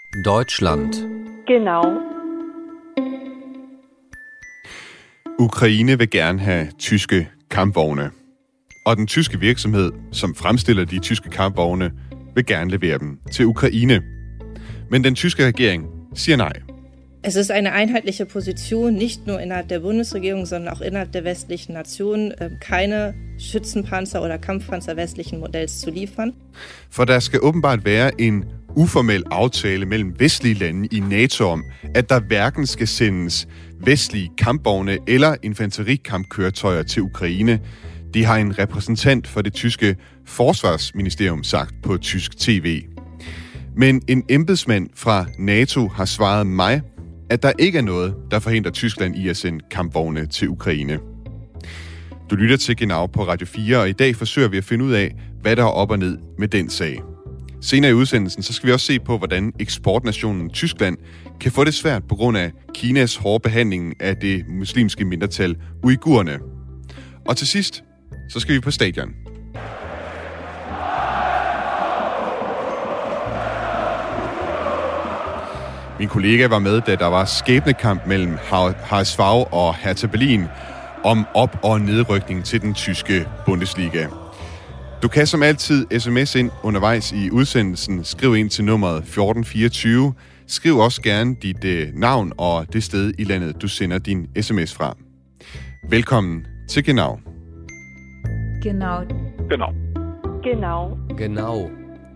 Deutschland. Genau. Ukraine vil gerne have tyske kampvogne. Og den tyske virksomhed, som fremstiller de tyske kampvogne, vil gerne levere dem til Ukraine. Men den tyske regering siger nej. Es ist eine einheitliche Position, nicht nur innerhalb der Bundesregierung, sondern auch innerhalb der westlichen Nationen, keine Schützenpanzer oder Kampfpanzer westlichen Modells zu liefern. For der skal åbenbart være en uformel aftale mellem vestlige lande i NATO om, at der hverken skal sendes vestlige kampvogne eller infanterikampkøretøjer til Ukraine. Det har en repræsentant for det tyske forsvarsministerium sagt på tysk tv. Men en embedsmand fra NATO har svaret mig, at der ikke er noget, der forhindrer Tyskland i at sende kampvogne til Ukraine. Du lytter til Genau på Radio 4, og i dag forsøger vi at finde ud af, hvad der er op og ned med den sag. Senere i udsendelsen, så skal vi også se på, hvordan eksportnationen Tyskland kan få det svært på grund af Kinas hårde behandling af det muslimske mindretal uigurerne. Og til sidst, så skal vi på stadion. Min kollega var med, da der var skæbnekamp mellem HSV og Hertha Berlin om op- og nedrykning til den tyske Bundesliga. Du kan som altid sms ind undervejs i udsendelsen. Skriv ind til nummeret 1424. Skriv også gerne dit navn og det sted i landet, du sender din sms fra. Velkommen til Genau. Genau. Genau. Genau. Genau.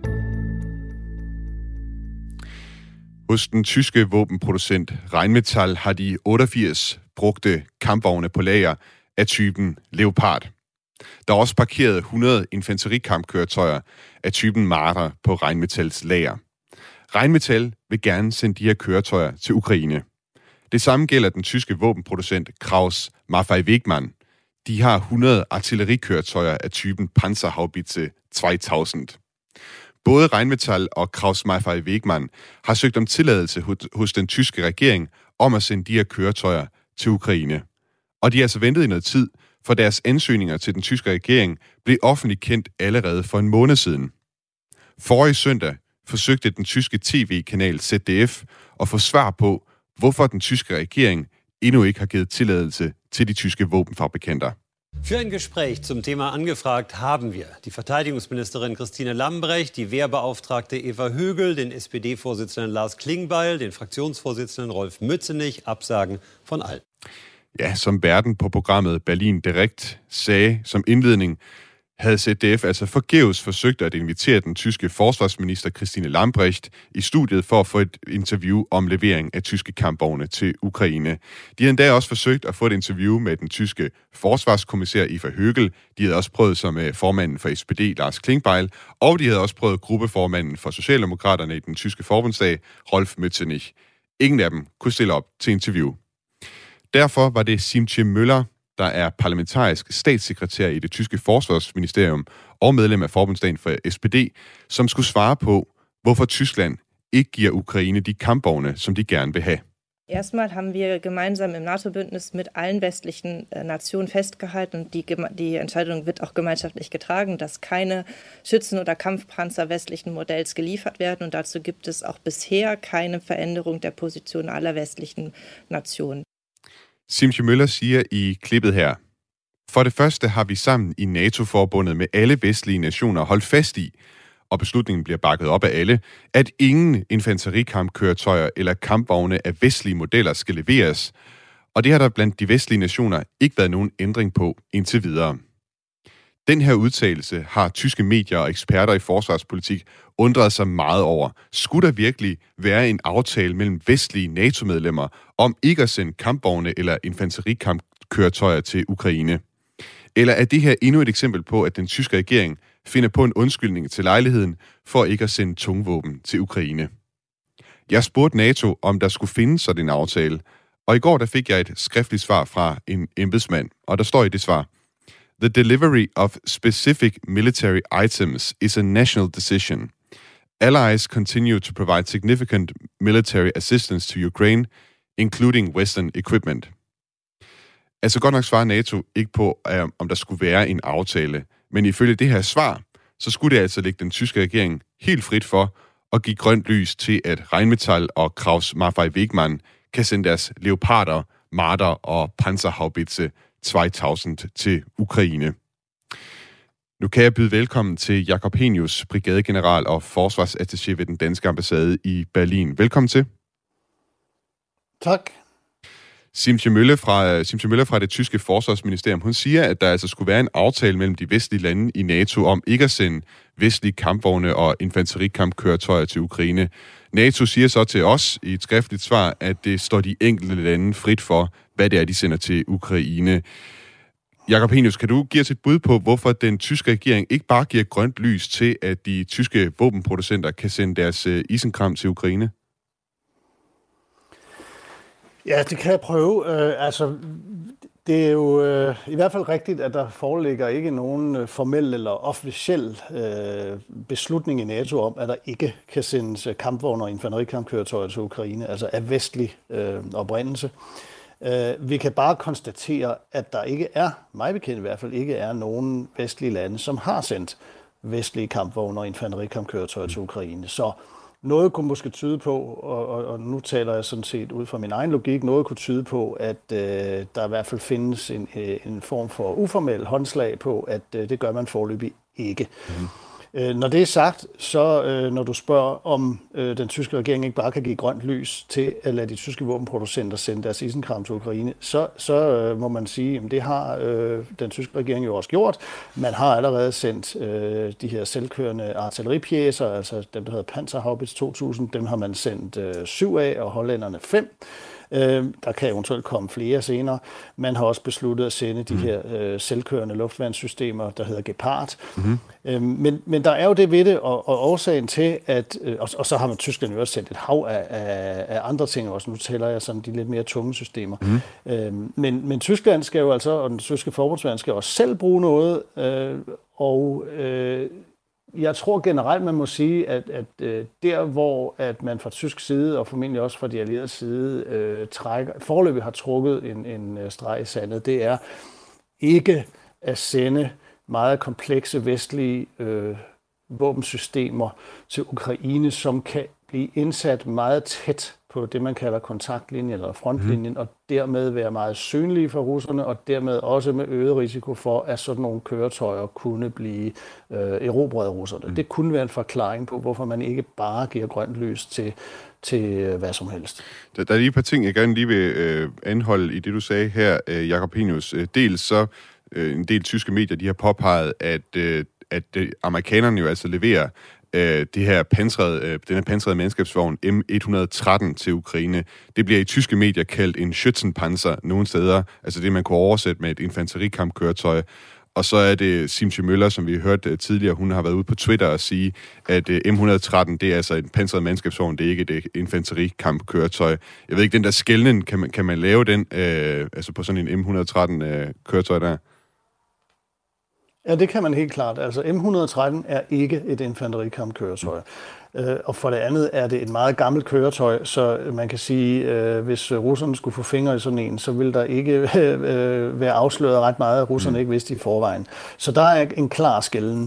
Hos den tyske våbenproducent Rheinmetall har de 88 brugte kampvogne på lager af typen Leopard. Der er også parkeret 100 infanterikampkøretøjer af typen Marder på Rheinmetalls lager. Rheinmetall vil gerne sende de her køretøjer til Ukraine. Det samme gælder den tyske våbenproducent Krauss Maffei Wegmann. De har 100 artillerikøretøjer af typen Panzerhaubitze 2000. Både Rheinmetall og Krauss Maffei Wegmann har søgt om tilladelse hos den tyske regering om at sende de her køretøjer til Ukraine. Og de har altså ventet i noget tid, for deres ansøgninger til den tyske regering blev offentligt kendt allerede for en måned siden. Forrige søndag forsøgte den tyske tv-kanal ZDF at få svar på, hvorfor den tyske regering endnu ikke har givet tilladelse til de tyske våbenfabrikanter. Für ein Gespräch zum Thema angefragt haben wir die Verteidigungsministerin Christine Lambrecht, die Wehrbeauftragte Eva Högel, den SPD-Vorsitzenden Lars Klingbeil, den Fraktionsvorsitzenden Rolf Mützenich. Absagen von allen. Ja, som værten på programmet Berlin Direkt sagde som indledning, havde ZDF altså forgæves forsøgt at invitere den tyske forsvarsminister Christine Lambrecht i studiet for at få et interview om levering af tyske kampvogne til Ukraine. De havde endda også forsøgt at få et interview med den tyske forsvarskommissær Eva Högel. De havde også prøvet sig med formanden for SPD, Lars Klingbeil, og de havde også prøvet gruppeformanden for Socialdemokraterne i den tyske forbundsdag, Rolf Mützenich. Ingen af dem kunne stille op til interview. Derfor var det Siemtje Møller, der er parlamentarisk statssekretær i det tyske forsvarsministerium og medlem af forbundsdagen for SPD, som skulle svare på, hvorfor Tyskland ikke giver Ukraine de kampvogne, som de gerne vil have. Erstmal haben wir gemeinsam im NATO-Bündnis mit allen westlichen Nationen festgehalten und die Entscheidung wird auch gemeinschaftlich getragen, dass keine Schützen- oder Kampfpanzer westlichen Modells geliefert werden und dazu gibt es auch bisher keine Veränderung der Position aller westlichen Nationen. Siemtje Møller siger i klippet her: For det første har vi sammen i NATO-forbundet med alle vestlige nationer holdt fast i, og beslutningen bliver bakket op af alle, at ingen infanterikampkøretøjer eller kampvogne af vestlige modeller skal leveres, og det har der blandt de vestlige nationer ikke været nogen ændring på indtil videre. Den her udtalelse har tyske medier og eksperter i forsvarspolitik undret sig meget over. Skulle der virkelig være en aftale mellem vestlige NATO-medlemmer om ikke at sende kampvogne eller infanterikampkøretøjer til Ukraine? Eller er det her endnu et eksempel på, at den tyske regering finder på en undskyldning til lejligheden for ikke at sende tungvåben til Ukraine? Jeg spurgte NATO, om der skulle findes sådan en aftale, og i går der fik jeg et skriftligt svar fra en embedsmand, og der står i det svar: The delivery of specific military items is a national decision. Allies continue to provide significant military assistance to Ukraine, including Western equipment. Altså godt nok svarer NATO ikke på, om der skulle være en aftale, men ifølge det her svar, så skulle det altså ligge den tyske regering helt frit for og give grønt lys til, at Rheinmetall og Kraus Maffei Wegmann kan sende deres Leoparder, Marder og Panzerhaubitze 2000 til Ukraine. Nu kan jeg byde velkommen til Jakob Henius, brigadegeneral og forsvarsattaché ved den danske ambassade i Berlin. Velkommen til. Tak. Simche Møller fra det tyske forsvarsministerium, hun siger, at der altså skulle være en aftale mellem de vestlige lande i NATO om ikke at sende vestlige kampvogne og infanterikampkøretøjer til Ukraine. NATO siger så til os i et skriftligt svar, at det står de enkelte lande frit for, hvad det er, de sender til Ukraine. Jakob Henius, kan du give os et bud på, hvorfor den tyske regering ikke bare giver grønt lys til, at de tyske våbenproducenter kan sende deres isenkram til Ukraine? Ja, det kan jeg prøve. Det er jo i hvert fald rigtigt, at der foreligger ikke nogen formel eller officiel beslutning i NATO om, at der ikke kan sendes kampvogne og infanterikampkøretøjer til Ukraine, altså af vestlig oprindelse. Vi kan bare konstatere, at der ikke er, mig bekendt i hvert fald, ikke er nogen vestlige lande, som har sendt vestlige kampvogne og infanterikampkøretøjer til Ukraine. Så noget kunne måske tyde på, og nu taler jeg sådan set ud fra min egen logik, noget kunne tyde på, at der i hvert fald findes en form for uformel håndslag på, at det gør man foreløbig ikke. Når det er sagt, så når du spørger, om den tyske regering ikke bare kan give grønt lys til at lade de tyske våbenproducenter sende deres isenkram til Ukraine, så må man sige, at det har den tyske regering jo også gjort. Man har allerede sendt de her selvkørende artilleripjæser, altså dem, der hedder Panzerhaubitze 2000, dem har man sendt 7 af, og hollænderne 5. Der kan eventuelt komme flere senere. Man har også besluttet at sende de her selvkørende luftværnssystemer, der hedder Gepard. Men der er jo det ved det, og årsagen til, at og så har man Tyskland jo også sendt et hav af andre ting også. Nu tæller jeg sådan de lidt mere tunge systemer. Men Tyskland skal jo altså, og den tyske forbundsværn skal også selv bruge noget, jeg tror generelt, man må sige, at der, hvor at man fra tysk side, og formentlig også fra de allierede side, foreløbig har trukket en streg i sandet, det er ikke at sende meget komplekse vestlige våbensystemer til Ukraine, som kan blive indsat meget tæt på det, man kalder kontaktlinjen eller frontlinjen, og dermed være meget synlige for russerne, og dermed også med øget risiko for, at sådan nogle køretøjer kunne blive erobret af russerne. Det kunne være en forklaring på, hvorfor man ikke bare giver grønt lys til hvad som helst. Der er lige et par ting, jeg gerne lige vil anholde i det, du sagde her, Jakob Henius. Dels så en del tyske medier, de har påpeget, at amerikanerne jo altså leverer den her pansrede mandskabsvogn M113 til Ukraine. Det bliver i tyske medier kaldt en Schützenpanzer nogle steder, altså det, man kunne oversætte med et infanterikampkøretøj. Og så er det Simche Møller, som vi hørte tidligere, hun har været ude på Twitter og sige, at M113, det er altså en pansret mandskabsvogn, det er ikke et infanterikampkøretøj. Jeg ved ikke, den der skelnen, kan man lave den altså på sådan en M113-køretøj der? Ja, det kan man helt klart. Altså M113 er ikke et infanterikampkøretøj. Og for det andet er det et meget gammelt køretøj, så man kan sige, hvis russerne skulle få fingre i sådan en, så vil der ikke være afsløret ret meget, russerne ikke vidste i forvejen. Så der er en klar skelnen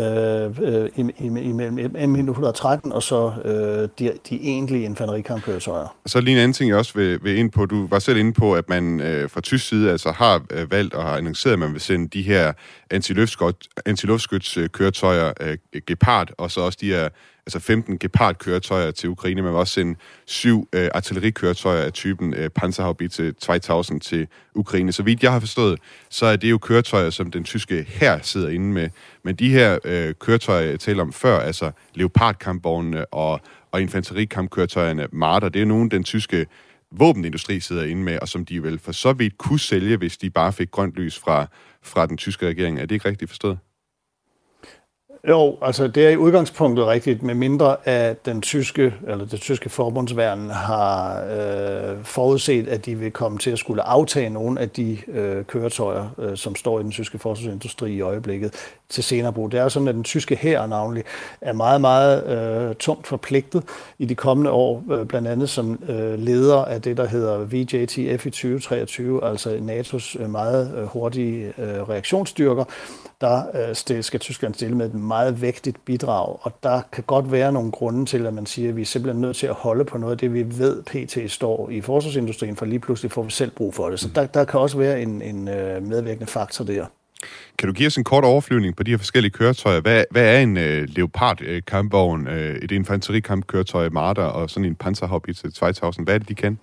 imellem M113 og så de egentlige infanterikampkøretøjer. Så lige en anden ting, jeg også vil ind på. Du var selv inde på, at man fra tysk side altså har valgt og har annonceret, at man vil sende de her antiluftskytskøretøjer Gepard, og så også de her 15 Gepard-køretøjer til Ukraine. Man vil også sende 7 artillerikøretøjer af typen Panzerhaubitze 2000 til Ukraine. Så vidt jeg har forstået, så er det jo køretøjer, som den tyske hær sidder inde med. Men de her køretøjer, jeg talte om før, altså Leopard-kampvognene og infanterikampkøretøjerne Marder, det er nogle, den tyske våbenindustri sidder inde med, og som de vel for så vidt kunne sælge, hvis de bare fik grønt lys fra den tyske regering. Er det ikke rigtigt forstået? Jo, altså det er i udgangspunktet rigtigt, med mindre at det tyske forbundsværn har forudset, at de vil komme til at skulle aftage nogle af de køretøjer, som står i den tyske forsvarsindustri i øjeblikket, til senere brug. Det er sådan, at den tyske hær navnlig er meget, meget tungt forpligtet i de kommende år, blandt andet som leder af det, der hedder VJTF i 2023, altså NATO's meget hurtige reaktionsstyrker. der skal Tyskland stille med et meget vægtigt bidrag, og der kan godt være nogle grunde til, at man siger, at vi er simpelthen nødt til at holde på noget af det, vi ved PT står i forsvarsindustrien, for lige pludselig får vi selv brug for det. Så der kan også være en medvirkende faktor der. Kan du give os en kort overflyvning på de her forskellige køretøjer? Hvad er en Leopard-kampvogn, et infanterikampkøretøj, Marder og sådan en Panzerhaubitze 2000? Hvad er det, de kan?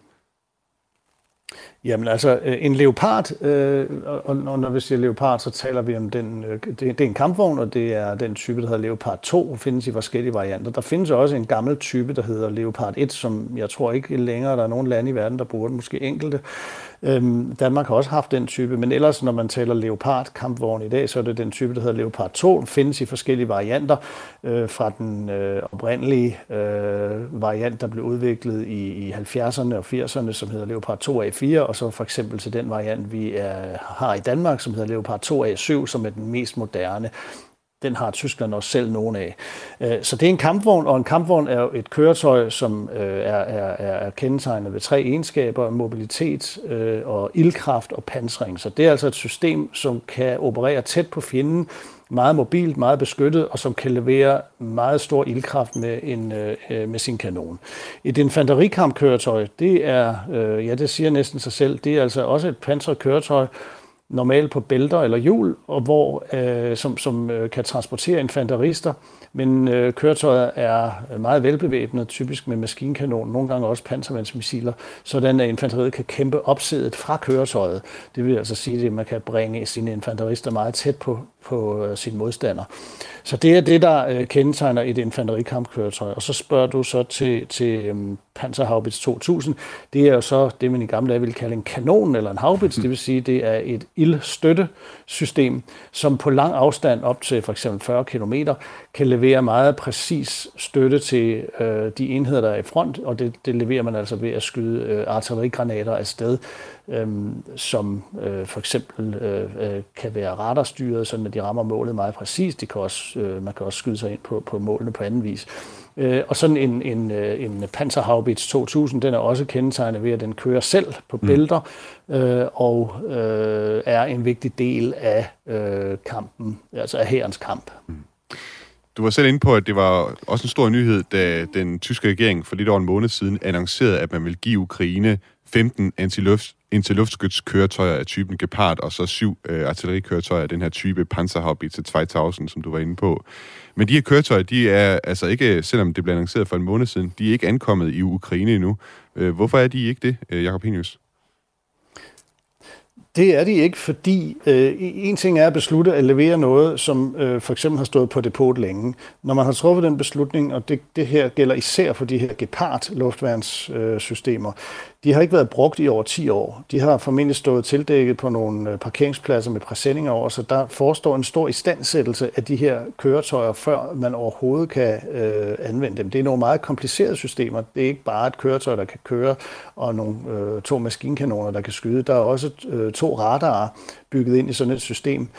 Jamen altså, en Leopard, og når vi siger Leopard, så taler vi om den, det er en kampvogn, og det er den type, der hedder Leopard 2, findes i forskellige varianter. Der findes også en gammel type, der hedder Leopard 1, som jeg tror ikke længere, der er nogen lande i verden, der bruger den, måske enkelte. Danmark har også haft den type, men ellers, når man taler Leopard kampvogn i dag, så er det den type, der hedder Leopard 2. Den findes i forskellige varianter, fra den oprindelige variant, der blev udviklet i 70'erne og 80'erne, som hedder Leopard 2A4, og så for eksempel til den variant, vi har i Danmark, som hedder Leopard 2A7, som er den mest moderne. Den har Tyskland også selv nogen af. Så det er en kampvogn, og en kampvogn er jo et køretøj, som er kendetegnet ved 3 egenskaber: mobilitet og ildkraft og pansring. Så det er altså et system, som kan operere tæt på fjenden, meget mobilt, meget beskyttet, og som kan levere meget stor ildkraft med sin kanon. Et infanterikampkøretøj, det er, det siger næsten sig selv, det er altså også et pansret køretøj, normalt på bælter eller hjul, og hvor som kan transportere infanterister, men køretøjet er meget velbevæbnet, typisk med maskinkanon, nogle gange også panservandsmissiler, sådan at infanteriet kan kæmpe opsædet fra køretøjet. Det vil altså sige, at man kan bringe sine infanterister meget tæt på sin modstander. Så det er det, der kendetegner et infanterikampkøretøj. Og så spørger du så til Panzerhaubitze 2000. Det er jo så det, man i gamle dage ville kalde en kanon eller en haubitz. Det vil sige, det er et ildstøttesystem, som på lang afstand, op til for eksempel 40 km, kan levere meget præcis støtte til de enheder, der er i front, og det leverer man altså ved at skyde artillerigranater afsted, som for eksempel kan være radarstyret, sådan at de rammer målet meget præcist. Man kan også skyde sig ind på målene på anden vis. Og sådan en Panzerhaubitze 2000, den er også kendetegnet ved, at den kører selv på bælter, og er en vigtig del af kampen, altså af hærens kamp. Du var selv inde på, at det var også en stor nyhed, da den tyske regering for lidt over en måned siden annoncerede, at man ville give Ukraine 15 antiluftskytskøretøjer af typen Gepard, og så 7 artillerikøretøjer af den her type Panzerhaubitze 2000, som du var inde på. Men de her køretøjer, de er altså ikke, selvom det blev annonceret for en måned siden, de er ikke ankommet i Ukraine endnu. Hvorfor er de ikke det, Jakob Henius? Det er de ikke, fordi en ting er at beslutte at levere noget, som for eksempel har stået på depot længe. Når man har truffet den beslutning, og det her gælder især for de her Gepard-luftværnssystemer, de har ikke været brugt i over 10 år. De har formentlig stået tildækket på nogle parkeringspladser med præsendinger over, så der forestår en stor istandsættelse af de her køretøjer, før man overhovedet kan anvende dem. Det er nogle meget komplicerede systemer. Det er ikke bare et køretøj, der kan køre, og nogle 2 maskinkanoner, der kan skyde. Der er også 2 radarer bygget ind i sådan et system.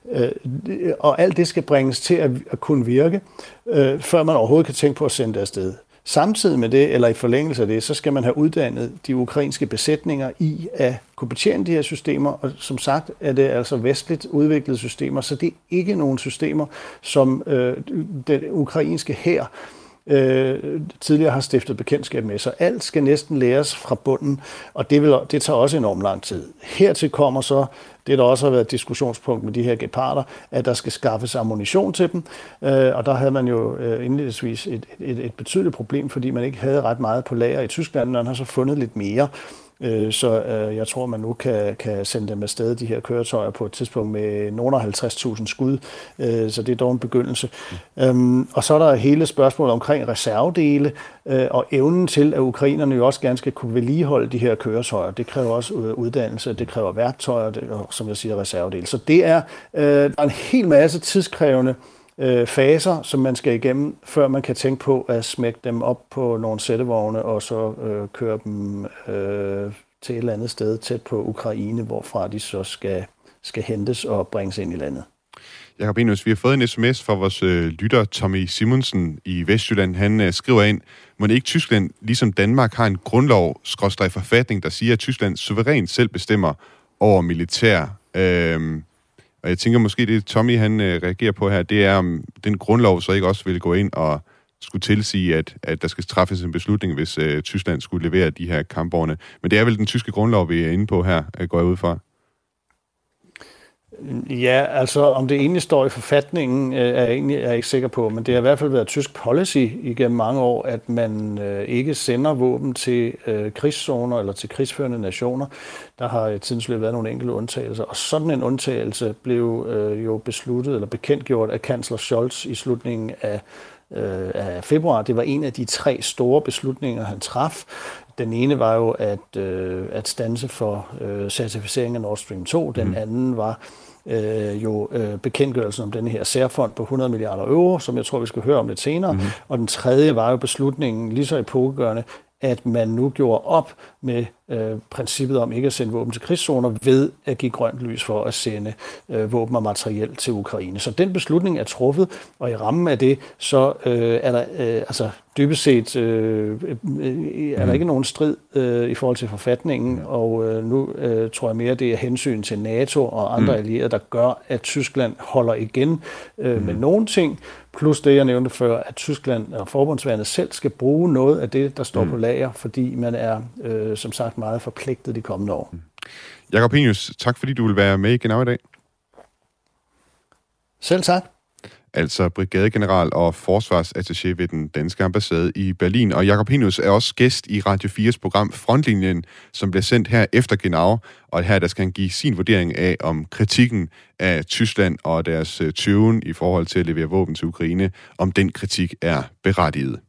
Og alt det skal bringes til at kunne virke, før man overhovedet kan tænke på at sende det afsted. Samtidig med det, eller i forlængelse af det, så skal man have uddannet de ukrainske besætninger i at kunne betjene de her systemer, og som sagt er det altså vestligt udviklede systemer, så det er ikke nogen systemer, som den ukrainske hær tidligere har stiftet bekendtskab med, så alt skal næsten læres fra bunden, og det tager også enormt lang tid. Hertil kommer så, det der også har været et diskussionspunkt med de her geparder, at der skal skaffes ammunition til dem, og der havde man jo indledningsvis et betydeligt problem, fordi man ikke havde ret meget på lager i Tyskland, og man har så fundet lidt mere. Så jeg tror, man nu kan sende dem afsted, de her køretøjer, på et tidspunkt med nogle af 50.000 skud. Så det er dog en begyndelse. Og så er der hele spørgsmålet omkring reservedele og evnen til, at ukrainerne jo også gerne skal kunne vedligeholde de her køretøjer. Det kræver også uddannelse, det kræver værktøjer, og som jeg siger, reservedele. Så det er en hel masse tidskrævende faser, som man skal igennem, før man kan tænke på at smække dem op på nogle sættevogne og så køre dem til et eller andet sted tæt på Ukraine, hvorfra de så skal hentes og bringes ind i landet. Jakob Henius, vi har fået en sms fra vores lytter Tommy Simonsen i Vestjylland. Han skriver ind, må ikke Tyskland, ligesom Danmark, har en grundlov/forfatning, der siger, at Tyskland suverænt selv bestemmer over militær. Og jeg tænker måske, det Tommy han reagerer på her, det er, om den grundlov så ikke også vil gå ind og skulle tilsige, at der skal træffes en beslutning, hvis Tyskland skulle levere de her kampvogne. Men det er vel den tyske grundlov, vi er inde på her, går jeg ud fra? Ja, altså om det egentlig står i forfatningen, er jeg ikke sikker på, men det har i hvert fald været tysk policy igennem mange år, at man ikke sender våben til krigszoner eller til krigsførende nationer. Der har i tidens løb været nogle enkelte undtagelser, og sådan en undtagelse blev jo besluttet eller bekendtgjort af kansler Scholz i slutningen af februar. Det var en af de 3 store beslutninger, han traf. Den ene var jo at standse for certificering af Nord Stream 2. Den anden var bekendtgørelsen om denne her særfond på 100 milliarder euro, som jeg tror, vi skal høre om lidt senere. Og den tredje var jo beslutningen, lige så epokegørende, at man nu gjorde op med princippet om ikke at sende våben til krigszoner ved at give grønt lys for at sende våben og materiel til Ukraine. Så den beslutning er truffet, og i rammen af det, så er der dybest set er der ikke nogen strid i forhold til forfatningen, og nu tror jeg mere, det er hensyn til NATO og andre allierede, der gør, at Tyskland holder igen med nogle ting, plus det, jeg nævnte før, at Tyskland og forbundsværnet selv skal bruge noget af det, der står på lager, fordi man er, som sagt, meget forpligtet de kommende år. Jakob Henius, tak fordi du vil være med i Genau i dag. Selv tak. Altså brigadegeneral og forsvarsattaché ved den danske ambassade i Berlin. Og Jakob Henius er også gæst i Radio 4's program Frontlinjen, som bliver sendt her efter Genau. Og her der skal han give sin vurdering af, om kritikken af Tyskland og deres tøven i forhold til at levere våben til Ukraine, om den kritik er berettiget.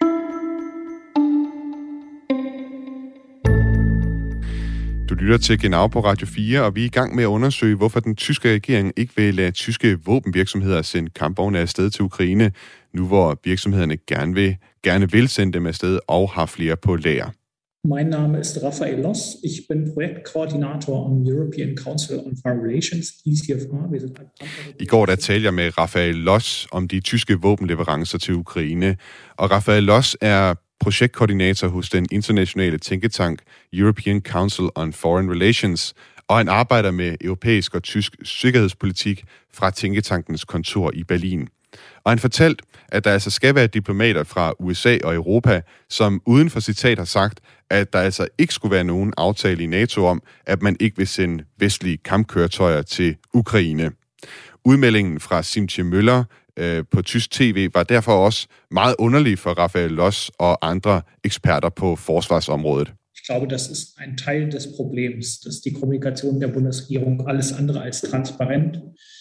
Du lytter til Genau på Radio 4, og vi er i gang med at undersøge, hvorfor den tyske regering ikke vil lade tyske våbenvirksomheder sende kampvogne afsted til Ukraine, nu hvor virksomhederne gerne vil sende dem afsted og har flere på lager. Mein Name ist Raphael Loss. Ich bin Projektkoordinator am European Council on Foreign Relations, ECFR. I går der talte jeg med Raphael Loss om de tyske våbenleverancer til Ukraine, og Raphael Loss er projektkoordinator hos den internationale tænketank European Council on Foreign Relations, og han arbejder med europæisk og tysk sikkerhedspolitik fra tænketankens kontor i Berlin. Og han fortalte, at der altså skal være diplomater fra USA og Europa, som uden for citat har sagt, at der altså ikke skulle være nogen aftale i NATO om, at man ikke vil sende vestlige kampkøretøjer til Ukraine. Udmeldingen fra Simche Müller på tysk tv var derfor også meget underlig for Raphael Loss og andre eksperter på forsvarsområdet. Ich glaube, das ist ein Teil des Problems, dass die Kommunikation der Bundesregierung alles andere als transparent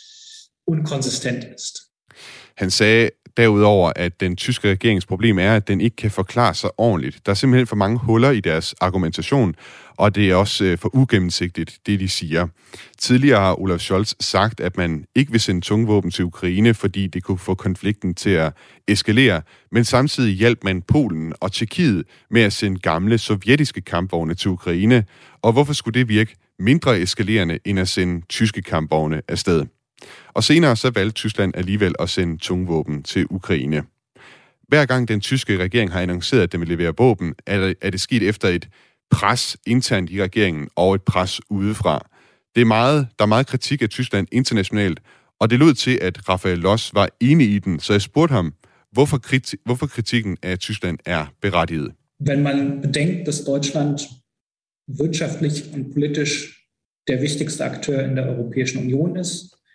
und konsistent ist. Han sagde derudover, at den tyske regerings problem er, at den ikke kan forklare sig ordentligt. Der er simpelthen for mange huller i deres argumentation, og det er også for ugennemsigtigt, det de siger. Tidligere har Olaf Scholz sagt, at man ikke vil sende tungvåben til Ukraine, fordi det kunne få konflikten til at eskalere, men samtidig hjalp man Polen og Tjekkiet med at sende gamle sovjetiske kampvogne til Ukraine, og hvorfor skulle det virke mindre eskalerende end at sende tyske kampvogne afsted? Og senere så valgte Tyskland alligevel at sende tungvåben til Ukraine. Hver gang den tyske regering har annonceret, at den vil levere våben, er det sket efter et pres internt i regeringen og et pres udefra. Der er meget kritik af Tyskland internationalt, og det lød til, at Raphael Loss var enig i den, så jeg spurgte ham, hvorfor kritikken af Tyskland er berettiget. Wenn man bedenkt, dass Deutschland wirtschaftlich und politisch der wichtigste Aktør in der Europäischen Union ist,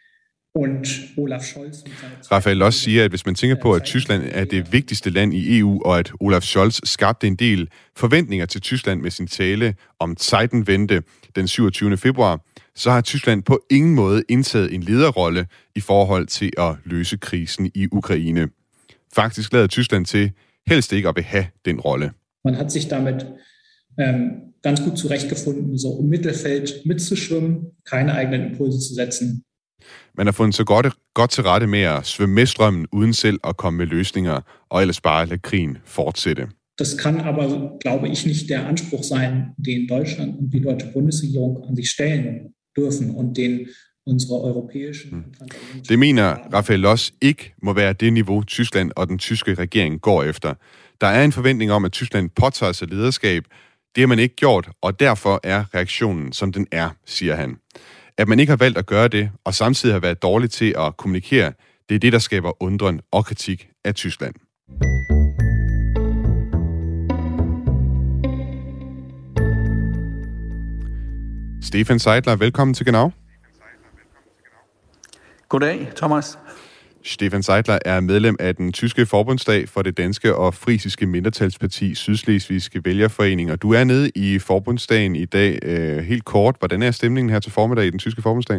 Raphael Loss siger, at hvis man tænker på, at Tyskland er det vigtigste land i EU, og at Olaf Scholz skabte en del forventninger til Tyskland med sin tale om Zeitenwende den 27. februar, så har Tyskland på ingen måde indtaget en lederrolle i forhold til at løse krisen i Ukraine. Faktisk lader Tyskland til helst ikke at vil have den rolle. Man hat sich damit ganz gut zurechtgefunden, so im Mittelfeld mitzuschwimmen, keine eigenen Impulse zu setzen. Man har fundet så godt til rette med at svømme med strømmen uden selv at komme med løsninger, og ellers bare lade krigen fortsætte. Das kann aber, glaube ich, nicht der Anspruch sein, den Deutschland und die deutsche Bundesregierung an sich stellen dürfen und den unsere europäischen... Det mener Raphael Loss ikke må være det niveau, Tyskland og den tyske regering går efter. Der er en forventning om, at Tyskland påtager sig lederskab. Det har man ikke gjort, og derfor er reaktionen, som den er, siger han. At man ikke har valgt at gøre det, og samtidig har været dårlig til at kommunikere, det er det, der skaber undren og kritik af Tyskland. Stefan Seidler, velkommen til Genau. Goddag, Thomas. Stefan Seidler er medlem af den tyske forbundsdag for det danske og frisiske mindretalsparti Sydslesvigske Vælgerforening, og du er nede i forbundsdagen i dag. Helt kort, hvordan er stemningen her til formiddag i den tyske forbundsdag?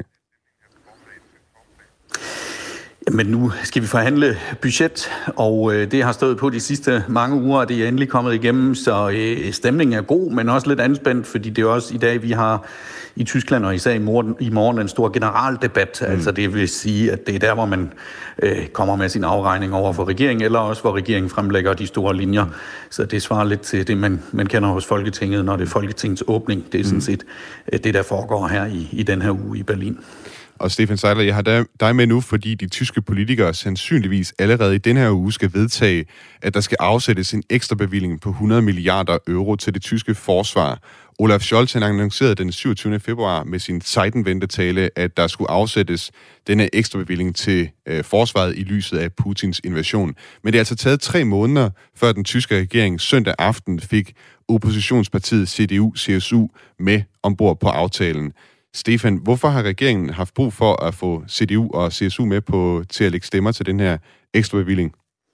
Men nu skal vi forhandle budget, og det har stået på de sidste mange uger, og det er endelig kommet igennem, så stemningen er god, men også lidt anspændt, fordi det er også i dag, vi har i Tyskland og især i morgen en stor generaldebat. Altså det vil sige, at det er der, hvor man kommer med sin afregning over for regeringen, eller også hvor regeringen fremlægger de store linjer. Så det svarer lidt til det, man kender hos Folketinget, når det er Folketingets åbning. Det er sådan set det, der foregår her i den her uge i Berlin. Og Stefan Seidler, jeg har dig med nu, fordi de tyske politikere sandsynligvis allerede i den her uge skal vedtage, at der skal afsættes en ekstra bevilling på 100 milliarder euro til det tyske forsvar. Olaf Scholz annoncerede den 27. februar med sin Zeitenwende-tale, at der skulle afsættes denne ekstra bevilling til forsvaret i lyset af Putins invasion. Men det er altså taget 3 måneder, før den tyske regering søndag aften fik oppositionspartiet CDU-CSU med ombord på aftalen. Stefan, hvorfor har regeringen haft brug for at få CDU og CSU med til at lægge stemmer til den her ekstra bevilling?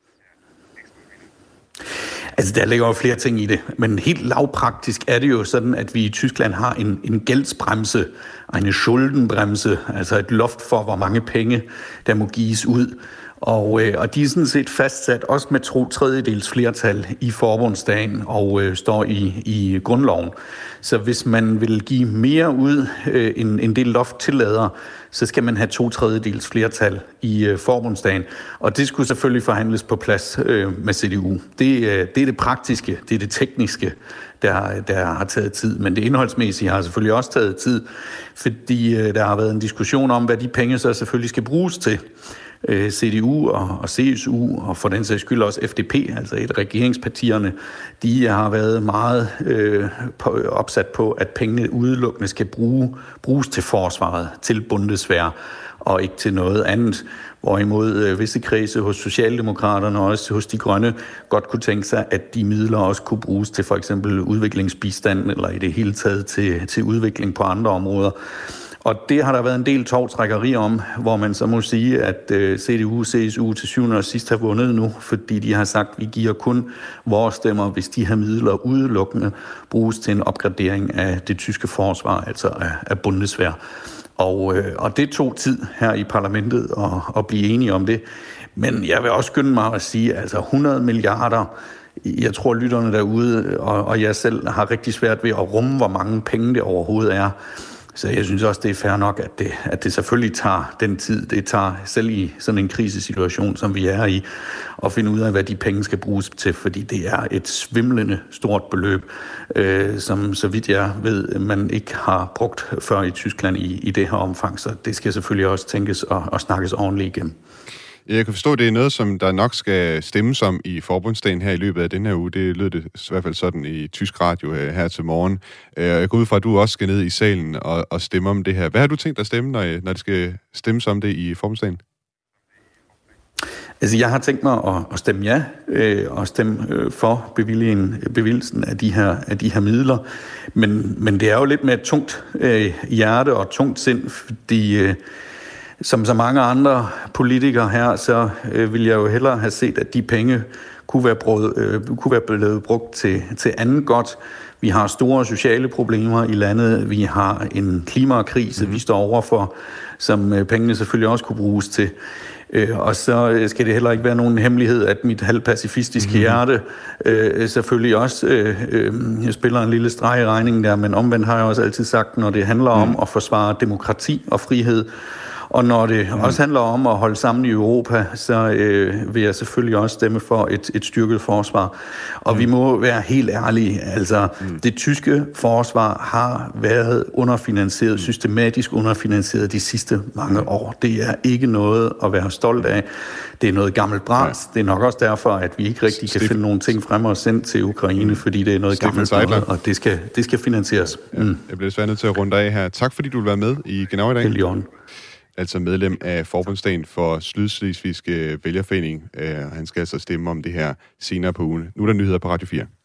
Altså, der ligger jo flere ting i det, men helt lavpraktisk er det jo sådan, at vi i Tyskland har en gældsbremse, en Schuldenbremse, altså et loft for, hvor mange penge, der må gives ud. Og de er sådan set fastsat også med 2/3 flertal i forbundsdagen og står i grundloven. Så hvis man vil give mere ud, end det loft tillader, så skal man have 2/3 flertal i forbundsdagen. Og det skulle selvfølgelig forhandles på plads med CDU. Det er det praktiske, det er det tekniske, der har taget tid. Men det indholdsmæssige har selvfølgelig også taget tid, fordi der har været en diskussion om, hvad de penge så selvfølgelig skal bruges til. CDU og CSU, og for den sags skyld også FDP, altså et af regeringspartierne, de har været meget opsat på, at pengene udelukkende skal bruges til forsvaret, til Bundeswehr, og ikke til noget andet. Hvorimod visse kredse hos Socialdemokraterne og også hos De Grønne godt kunne tænke sig, at de midler også kunne bruges til for eksempel udviklingsbistand, eller i det hele taget til udvikling på andre områder. Og det har der været en del tovtrækkeri om, hvor man så må sige, at CDU og CSU til syvende og sidst har vundet nu, fordi de har sagt, at vi giver kun vores stemmer, hvis de her midler udelukkende bruges til en opgradering af det tyske forsvar, altså af Bundeswehr. Og det tog tid her i parlamentet at blive enige om det. Men jeg vil også skynde mig at sige, altså 100 milliarder, jeg tror lytterne derude og jeg selv har rigtig svært ved at rumme, hvor mange penge det overhovedet er. Så jeg synes også, det er fair nok, at det selvfølgelig tager den tid, det tager selv i sådan en krisesituation, som vi er i, at finde ud af, hvad de penge skal bruges til, fordi det er et svimlende stort beløb, som så vidt jeg ved, man ikke har brugt før i Tyskland i det her omfang, så det skal selvfølgelig også tænkes og snakkes ordentligt igennem. Jeg kan forstå, at det er noget, som der nok skal stemmes om i forbundsdagen her i løbet af den her uge. Det lød det i hvert fald sådan i tysk radio her til morgen. Jeg går ud fra, at du også skal ned i salen og stemme om det her. Hvad har du tænkt at stemme, når det skal stemmes om det i forbundsdagen? Altså, jeg har tænkt mig at stemme ja, og stemme for bevilgelsen af de her midler. Men det er jo lidt med et tungt hjerte og tungt sind, fordi som så mange andre politikere her, så vil jeg jo hellere have set, at de penge kunne være blevet brugt til andet godt. Vi har store sociale problemer i landet. Vi har en klimakrise, vi står overfor, som pengene selvfølgelig også kunne bruges til. Og så skal det heller ikke være nogen hemmelighed, at mit halvpacifistiske hjerte selvfølgelig også spiller en lille streg i regningen der, men omvendt har jeg også altid sagt, når det handler om at forsvare demokrati og frihed, Og når det også handler om at holde sammen i Europa, så vil jeg selvfølgelig også stemme for et styrket forsvar. Og vi må være helt ærlige, altså det tyske forsvar har været underfinansieret, systematisk underfinansieret de sidste mange år. Det er ikke noget at være stolt af. Det er noget gammelt bras. Det er nok også derfor, at vi ikke rigtig kan finde nogle ting frem og sende til Ukraine, fordi det er noget gammelt bras, og det skal finansieres. Jeg bliver desværre nødt til at runde af her. Tak fordi du vil være med i Genau i dag. Altså medlem af Forbundsdagen for Sydslesvigske Vælgerforening. Han skal altså stemme om det her senere på ugen. Nu er der nyheder på Radio 4.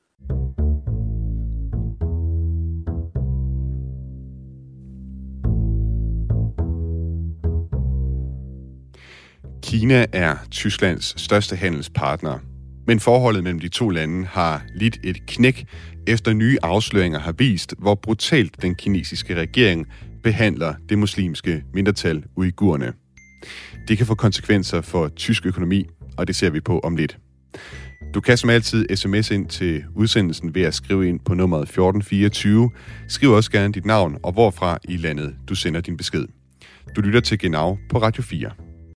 Kina er Tysklands største handelspartner. Men forholdet mellem de to lande har lidt et knæk, efter nye afsløringer har vist, hvor brutalt den kinesiske regering behandler det muslimske mindretal uigurerne. Det kan få konsekvenser for tysk økonomi, og det ser vi på om lidt. Du kan som altid sms ind til udsendelsen ved at skrive ind på nummeret 1424. Skriv også gerne dit navn og hvorfra i landet du sender din besked. Du lytter til Genau på Radio 4.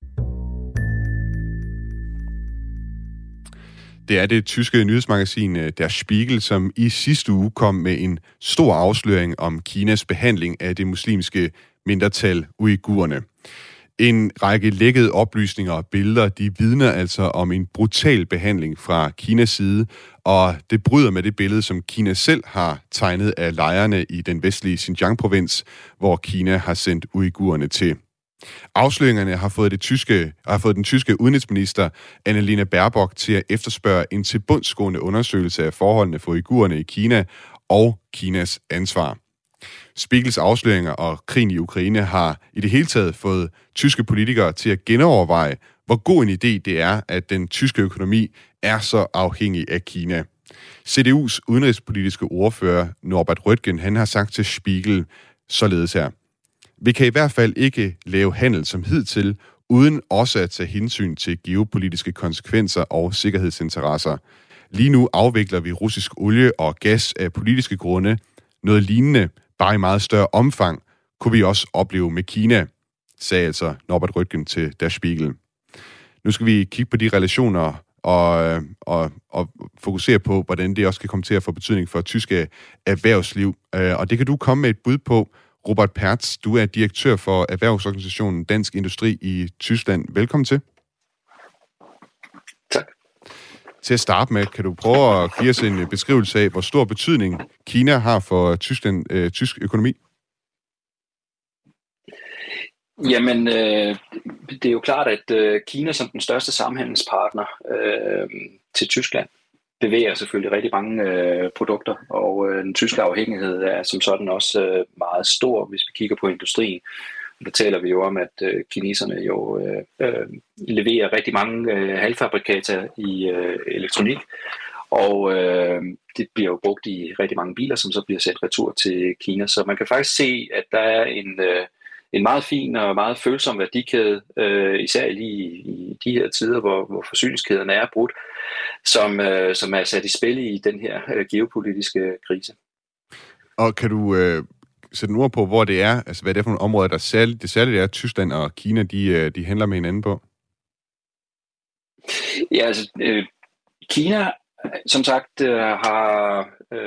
Det er det tyske nyhedsmagasin Der Spiegel, som i sidste uge kom med en stor afsløring om Kinas behandling af det muslimske mindretal uigurerne. En række lækkede oplysninger og billeder, de vidner altså om en brutal behandling fra Kinas side, og det bryder med det billede, som Kina selv har tegnet af lejrene i den vestlige Xinjiang-provins, hvor Kina har sendt uigurerne til. Afsløringerne har fået den tyske udenrigsminister Annalena Baerbock til at efterspørge en tilbundsgående undersøgelse af forholdene for uigurerne i Kina og Kinas ansvar. Spiegels afsløringer og krigen i Ukraine har i det hele taget fået tyske politikere til at genoverveje, hvor god en idé det er, at den tyske økonomi er så afhængig af Kina. CDU's udenrigspolitiske ordfører Norbert Röttgen, han har sagt til Spiegel således her: Vi kan i hvert fald ikke lave handel som hidtil, uden også at tage hensyn til geopolitiske konsekvenser og sikkerhedsinteresser. Lige nu afvikler vi russisk olie og gas af politiske grunde. Noget lignende, bare i meget større omfang, kunne vi også opleve med Kina, sagde altså Norbert Röttgen til Der Spiegel. Nu skal vi kigge på de relationer og fokusere på, hvordan det også kan komme til at få betydning for tyske erhvervsliv. Og det kan du komme med et bud på. Robert Pertz, du er direktør for erhvervsorganisationen Dansk Industri i Tyskland. Velkommen til. Tak. Til at starte med, kan du prøve at give os en beskrivelse af, hvor stor betydning Kina har for tysk økonomi? Jamen, det er jo klart, at Kina som den største samhandelspartner til Tyskland bevæger selvfølgelig rigtig mange produkter, og den tyske afhængighed er som sådan også meget stor, hvis vi kigger på industrien. Der taler vi jo om, at kineserne jo leverer rigtig mange halvfabrikater i elektronik, og det bliver jo brugt i rigtig mange biler, som så bliver sendt retur til Kina. Så man kan faktisk se, at der er en meget fin og meget følsom værdikæde, især lige i de her tider, hvor forsyningskæderne er brudt, som er sat i spil i den her geopolitiske krise. Og kan du sætte ord på, hvor det er, altså hvad det er for nogle områder, der særligt er, Tyskland og Kina, de handler med hinanden på? Ja, altså Kina, som sagt, har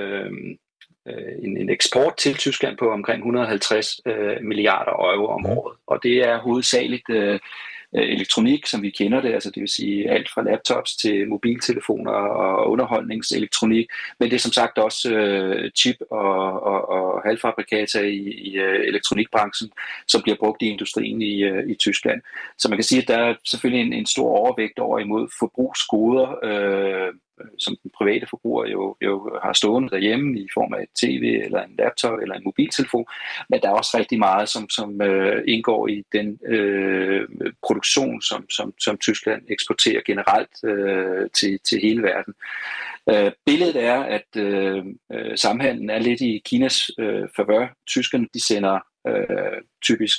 en eksport til Tyskland på omkring 150 milliarder euro om året, og det er hovedsageligt elektronik, som vi kender det, altså det vil sige alt fra laptops til mobiltelefoner og underholdningselektronik, men det er som sagt også chip og halvfabrikater i elektronikbranchen, som bliver brugt i industrien i Tyskland. Så man kan sige, at der er selvfølgelig en stor overvægt over imod forbrugsgoder, som den private forbruger jo har stående derhjemme i form af et tv eller en laptop eller en mobiltelefon, men der er også rigtig meget, som indgår i den produktion, som Tyskland eksporterer generelt til hele verden. Billedet er, at samhandlen er lidt i Kinas favør. Tyskerne, de sender typisk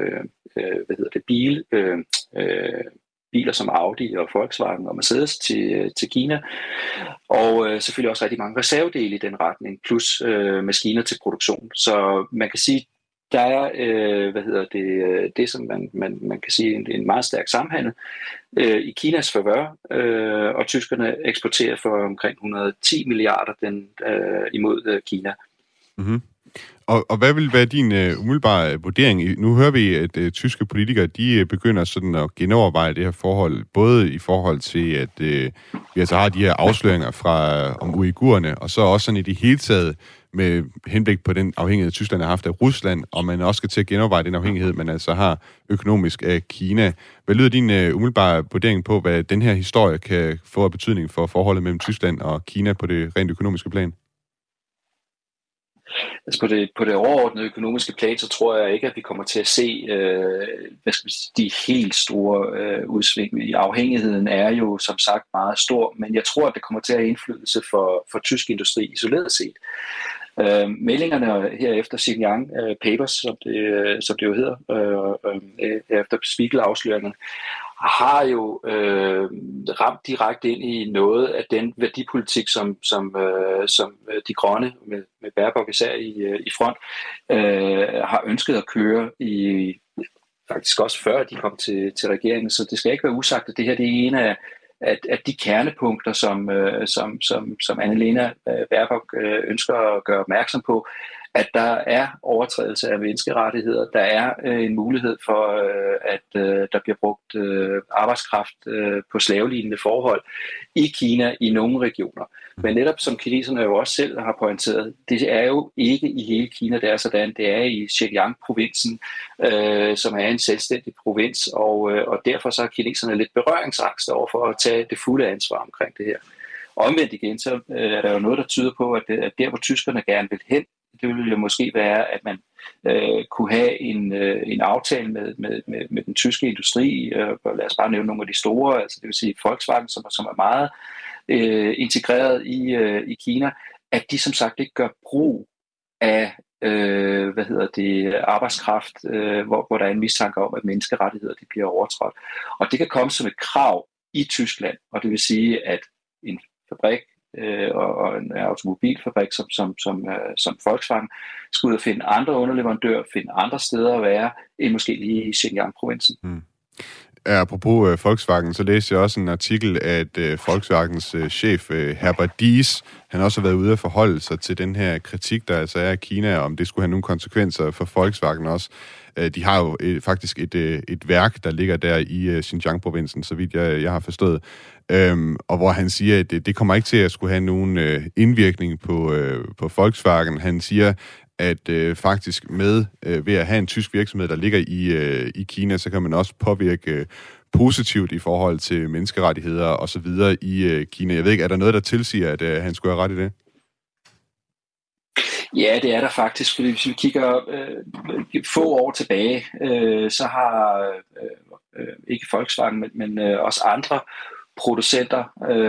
biler som Audi og Volkswagen og Mercedes til Kina, og selvfølgelig også rigtig mange reservedele i den retning, plus maskiner til produktion. Så man kan sige, der er det som man kan sige en meget stærk samhandel i Kinas favør, og tyskerne eksporterer for omkring 110 milliarder imod Kina. Mm-hmm. Og hvad vil være din umiddelbare vurdering? Nu hører vi, at tyske politikere, de begynder sådan at genoverveje det her forhold, både i forhold til, at vi altså har de her afsløringer om uigurerne, og så også sådan i det hele taget med henblik på den afhængighed, Tyskland har haft af Rusland, og man også skal til at genoverveje den afhængighed, man altså har økonomisk af Kina. Hvad lyder din umiddelbare vurdering på, hvad den her historie kan få af betydning for forholdet mellem Tyskland og Kina på det rent økonomiske plan? Altså på det overordnede økonomiske plan, så tror jeg ikke, at vi kommer til at se de helt store udsving. Afhængigheden er jo som sagt meget stor, men jeg tror, at det kommer til at have indflydelse for tysk industri isoleret set. Meldingerne her efter Xinjiang Papers, som det jo hedder, efter Spiegel-afsløringerne, har jo ramt direkte ind i noget af den værdipolitik, som de grønne, med Baerbock især i front, har ønsket at køre i faktisk også før de kom til regeringen. Så det skal ikke være usagt, at det her det er en af de kernepunkter, som Annalena Baerbock ønsker at gøre opmærksom på, at der er overtrædelse af menneskerettigheder, der er en mulighed for, at der bliver brugt arbejdskraft på slavelignende forhold i Kina i nogle regioner. Men netop som kineserne jo også selv har pointeret, det er jo ikke i hele Kina, det er sådan, det er i Xinjiang-provinsen, som er en selvstændig provins, og derfor så er kineserne lidt berøringsangst over for at tage det fulde ansvar omkring det her. Omvendt igen, så er der jo noget, der tyder på, at der, hvor tyskerne gerne vil hen, det ville jo måske være, at man kunne have en aftale med den tyske industri, lad os bare nævne nogle af de store, altså det vil sige Volkswagen, som er meget integreret i Kina, at de som sagt ikke gør brug af arbejdskraft, hvor der er en mistanke om, at menneskerettigheder de bliver overtrådt. Og det kan komme som et krav i Tyskland, og det vil sige, at en fabrik og en automobilfabrik som Volkswagen skal ud og finde andre underleverandører, finde andre steder at være, end måske lige i Xinjiang-provinsen. Apropos Volkswagen, så læste jeg også en artikel, at Volkswagens chef Herbert Diess, han også har været ude at forholde sig til den her kritik, der altså er af Kina, om det skulle have nogle konsekvenser for Volkswagen også. De har jo faktisk et værk, der ligger der i Xinjiang-provinsen, så vidt jeg har forstået, og hvor han siger, at det kommer ikke til at skulle have nogen indvirkning på Volkswagen. Han siger, at faktisk ved at have en tysk virksomhed, der ligger i Kina, så kan man også påvirke positivt i forhold til menneskerettigheder og så videre i Kina. Jeg ved ikke, er der noget, der tilsiger, at han skulle have ret i det? Ja, det er der faktisk, fordi hvis vi kigger få år tilbage, så har ikke Volkswagen, men også andre producenter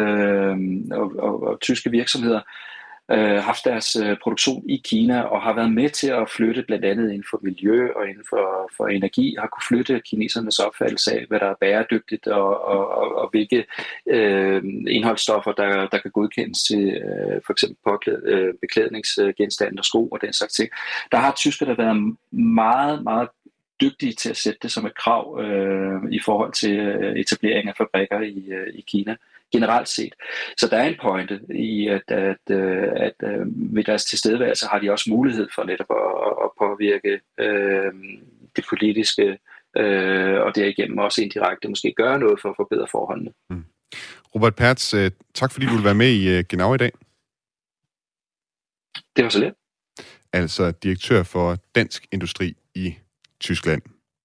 og tyske virksomheder haft deres produktion i Kina og har været med til at flytte blandt andet inden for miljø og inden for energi, har kunne flytte kinesernes opfattelse af, hvad der er bæredygtigt og hvilke indholdsstoffer, der kan godkendes til for eksempel beklædningsgenstande og sko og den slags ting. Der har tyskerne været meget, meget dygtige til at sætte det som et krav i forhold til etablering af fabrikker i Kina generelt set. Så der er en pointe i, at ved deres tilstedeværelse har de også mulighed for netop at påvirke det politiske, og derigennem også indirekte måske gøre noget for at forbedre forholdene. Robert Pertz, tak fordi du vil være med i Genau i dag. Det var så lidt. Altså direktør for Dansk Industri i Tyskland.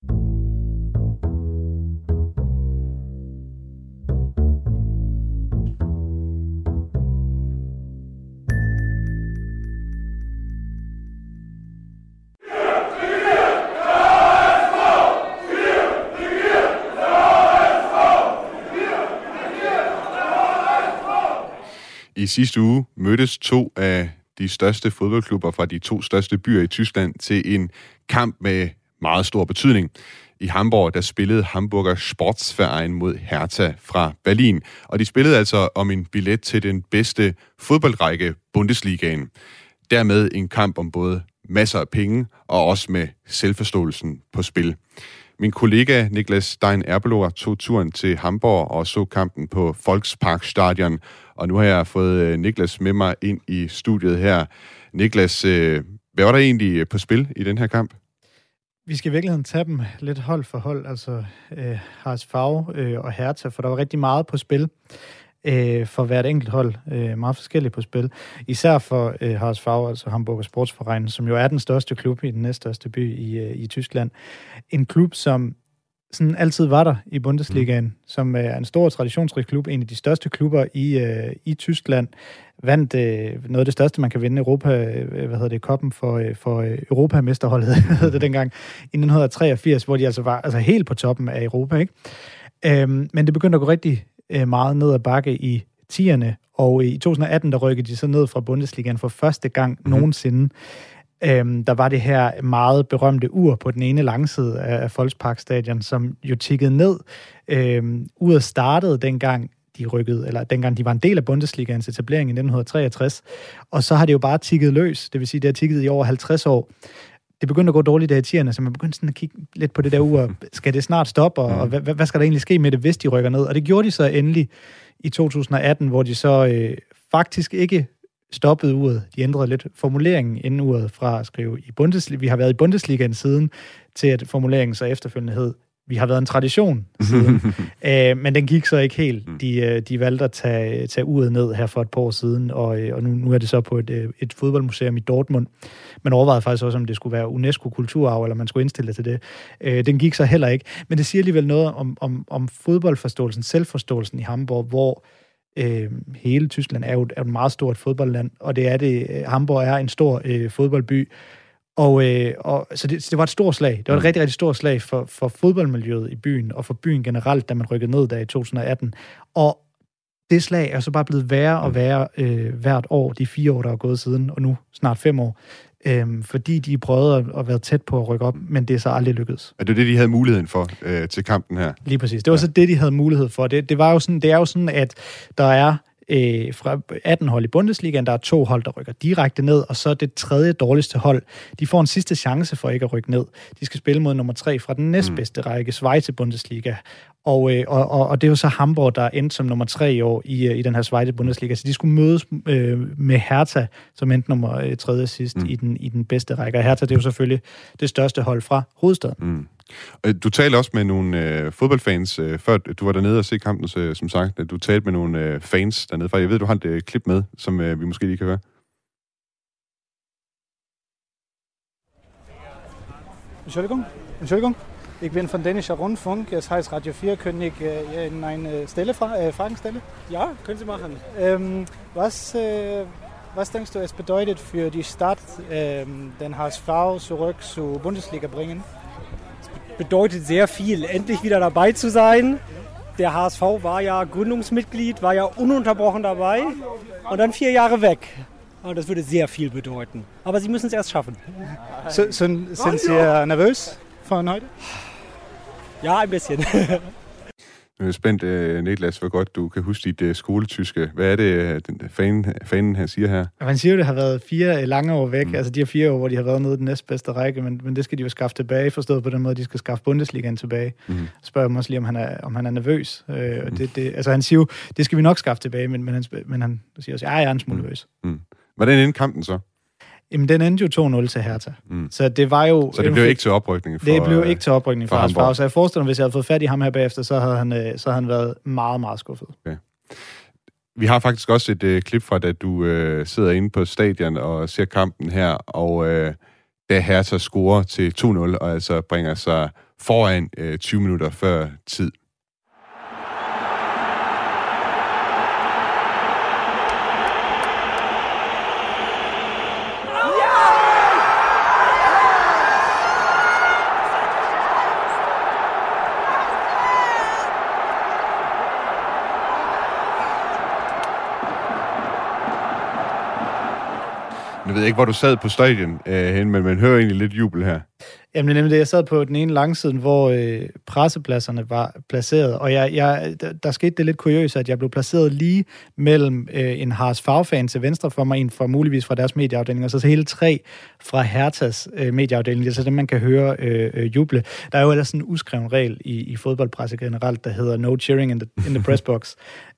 I sidste uge mødtes to af de største fodboldklubber fra de to største byer i Tyskland til en kamp med meget stor betydning. I Hamburg, der spillede Hamburger Sportsverein mod Hertha fra Berlin, og de spillede altså om en billet til den bedste fodboldrække, Bundesligaen. Dermed en kamp om både masser af penge, og også med selvforståelsen på spil. Min kollega Niklas Stein Erbelor tog turen til Hamburg og så kampen på Volksparkstadion, og nu har jeg fået Niklas med mig ind i studiet her. Niklas, hvad var der egentlig på spil i den her kamp? Vi skal i virkeligheden tage dem lidt hold for hold, altså HSV og Hertha, for der var rigtig meget på spil for hvert enkelt hold, meget forskelligt på spil. Især for HSV, altså Hamburger Sportsverein, som jo er den største klub i den næststørste by i Tyskland. En klub, som sådan altid var der i Bundesligaen, som er en stor traditionsrig klub, en af de største klubber i Tyskland, vandt noget af det største, man kan vinde koppen for Europamesterholdet, det dengang, i 1983, hvor de altså var helt på toppen af Europa, ikke? Men det begyndte at gå rigtig meget ned ad bakke i 10'erne, og i 2018, der rykkede de så ned fra Bundesligaen for første gang nogensinde. Der var det her meget berømte ur på den ene langside af Volksparkstadion, som jo tikkede ned. Uret startede dengang dengang de var en del af Bundesligaens etablering i 1963, og så har det jo bare tikket løs, det vil sige, det har tikket i over 50 år. Det begyndte at gå dårligt der i 10'erne, så man begyndte sådan at kigge lidt på det der ur. Skal det snart stoppe, og hvad skal der egentlig ske med det, hvis de rykker ned? Og det gjorde de så endelig i 2018, hvor de så faktisk ikke stoppede uret. De ændrede lidt formuleringen inden uret fra at skrive i Bundesliga. Vi har været i Bundesligaen siden, til at formuleringen så efterfølgende hed, vi har været en tradition siden. Men den gik så ikke helt. De valgte at tage uret ned her for et par år siden, og nu er det så på et fodboldmuseum i Dortmund. Man overvejede faktisk også, om det skulle være UNESCO-kulturarv, eller man skulle indstille til det. Den gik så heller ikke. Men det siger alligevel noget om fodboldforståelsen, selvforståelsen i Hamburg, hvor hele Tyskland er jo et meget stort fodboldland, og Hamburg er en stor fodboldby. Så det var et stort slag. Det var et rigtig, rigtig stort slag for fodboldmiljøet i byen, og for byen generelt, da man rykkede ned der i 2018. Og det slag er så bare blevet værre og værre hvert år, de 4 år, der er gået siden, og nu snart 5 år. Fordi de prøvede at være tæt på at rykke op, men det er så aldrig lykkedes. Er det det, de havde muligheden for til kampen her? Lige præcis. Det var så det, de havde mulighed for. Det er jo sådan, at der er fra 18 hold i Bundesligaen, der er 2 hold, der rykker direkte ned, og så det tredje dårligste hold, de får en sidste chance for ikke at rykke ned. De skal spille mod nummer 3 fra den næstbedste række, Schweiz Bundesliga. Og det er jo så Hamburg, der er endt som nummer 3 i år i den her Schweiz Bundesliga. Så de skulle mødes med Hertha, som endte nummer 3. sidst i den bedste række. Og Hertha, det er jo selvfølgelig det største hold fra hovedstaden. Du talte også med nogle fodboldfans, før du var dernede og se kampen, som sagt. Du talte med nogle fans dernede. Jeg ved, du har et klip med, som vi måske lige kan høre. Entschuldigung. Ich bin von Dänischer Rundfunk. Es heißt Radio 4. Können ich Ihnen eine Fragen stellen? Ja, können Sie machen. Was denkst du, es bedeutet für die Stadt, den HSV zurück zur Bundesliga bringen? Bedeutet sehr viel, endlich wieder dabei zu sein. Der HSV war ja Gründungsmitglied, war ja ununterbrochen dabei und dann 4 Jahre weg. Und das würde sehr viel bedeuten. Aber Sie müssen es erst schaffen. Sind Sie nervös von heute? Ja, ein bisschen. Jeg er spændt, Niklas, hvor godt du kan huske dit skoletyske. Hvad er det, fanen han siger her? Han siger jo, det har været 4 lange år væk. Altså de her 4 år, hvor de har været nede i den næstbedste række, men det skal de jo skaffe tilbage, forstået på den måde, de skal skaffe Bundesligaen tilbage. Spørger jeg også lige, om han er nervøs. Altså han siger jo, det skal vi nok skaffe tilbage, men han siger også, jeg er en smule nervøs. Hvordan endte kampen så? Jamen, den endte jo 2-0 til Hertha. Så det var jo... Så det blev ikke til oprykning for Det blev ikke til oprykning for Hamburg. Så jeg forestiller mig, hvis jeg havde fået fat i ham her bagefter, så havde han været meget, meget skuffet. Okay. Vi har faktisk også et klip fra, da du sidder inde på stadion og ser kampen her, og da Hertha scorer til 2-0, og altså bringer sig foran 20 minutter før tid. Jeg ved ikke, hvor du sad på stadion men man hører egentlig lidt jubel her. Jamen, nemlig det, jeg sad på den ene langsiden, hvor pressepladserne var placeret, og der skete det lidt kuriøst, at jeg blev placeret lige mellem en HSV-fan til venstre for mig, en fra muligvis fra deres medieafdeling, og så hele 3 fra Herthas medieafdeling, det er så det, man kan høre juble. Der er jo ellers sådan en uskreven regel i fodboldpresse generelt, der hedder no cheering in the press box.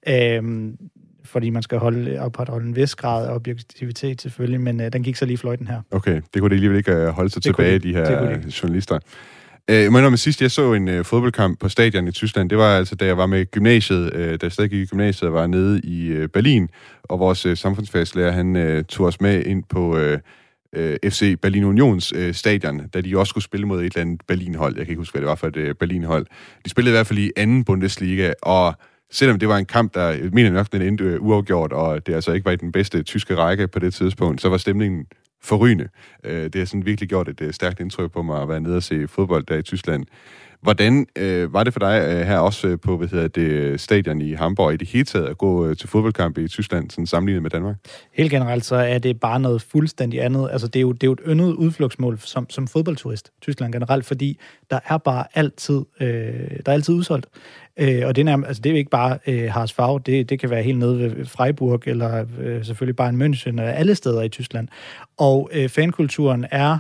Fordi man skal opretholde en vis grad af objektivitet selvfølgelig, men den gik så lige fløjten her. Okay, det kunne det alligevel ikke holde sig tilbage, de her journalister. Men sidst jeg så en fodboldkamp på stadion i Tyskland, det var altså, da jeg var med gymnasiet, da jeg stadig gik i gymnasiet, og var nede i Berlin, og vores samfundsfagslærer, han tog os med ind på FC Berlin Unions stadion, da de også skulle spille mod et eller andet Berlin-hold. Jeg kan ikke huske, hvad det var for et Berlin-hold. De spillede i hvert fald i anden Bundesliga, og selvom det var en kamp, der mener nok, den endte uafgjort, og det altså ikke var i den bedste tyske række på det tidspunkt, så var stemningen forrygende. Det har sådan virkelig gjort et stærkt indtryk på mig at være nede og se fodbold der i Tyskland. Hvordan var det for dig her også på stadion i Hamburg i det hele taget at gå til fodboldkampe i Tyskland, sådan sammenlignet med Danmark? Helt generelt så er det bare noget fuldstændig andet. Altså det er jo et yndet udflugtsmål som fodboldturist, Tyskland generelt, fordi der er bare altid, udsolgt. Og det er jo ikke bare HSV, det kan være helt nede ved Freiburg, eller selvfølgelig bare en München, eller alle steder i Tyskland. Og fankulturen er